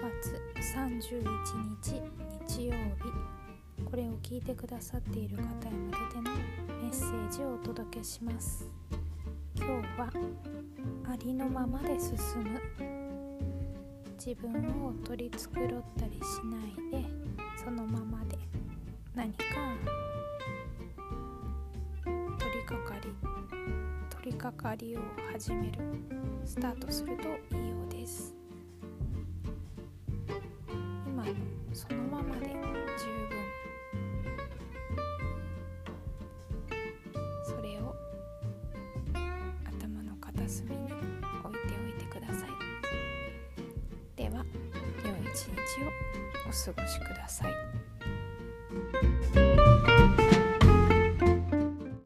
月31日日曜日、これを聞いてくださっている方へ向けてのメッセージをお届けします。今日はありのままで進む。自分を取り繕ったりしないで、そのままで何か取り掛かりを始める、スタートするといいようです。今のそのままで十分。それを頭の片隅に置いておいてください。では、良い一日をお過ごしください。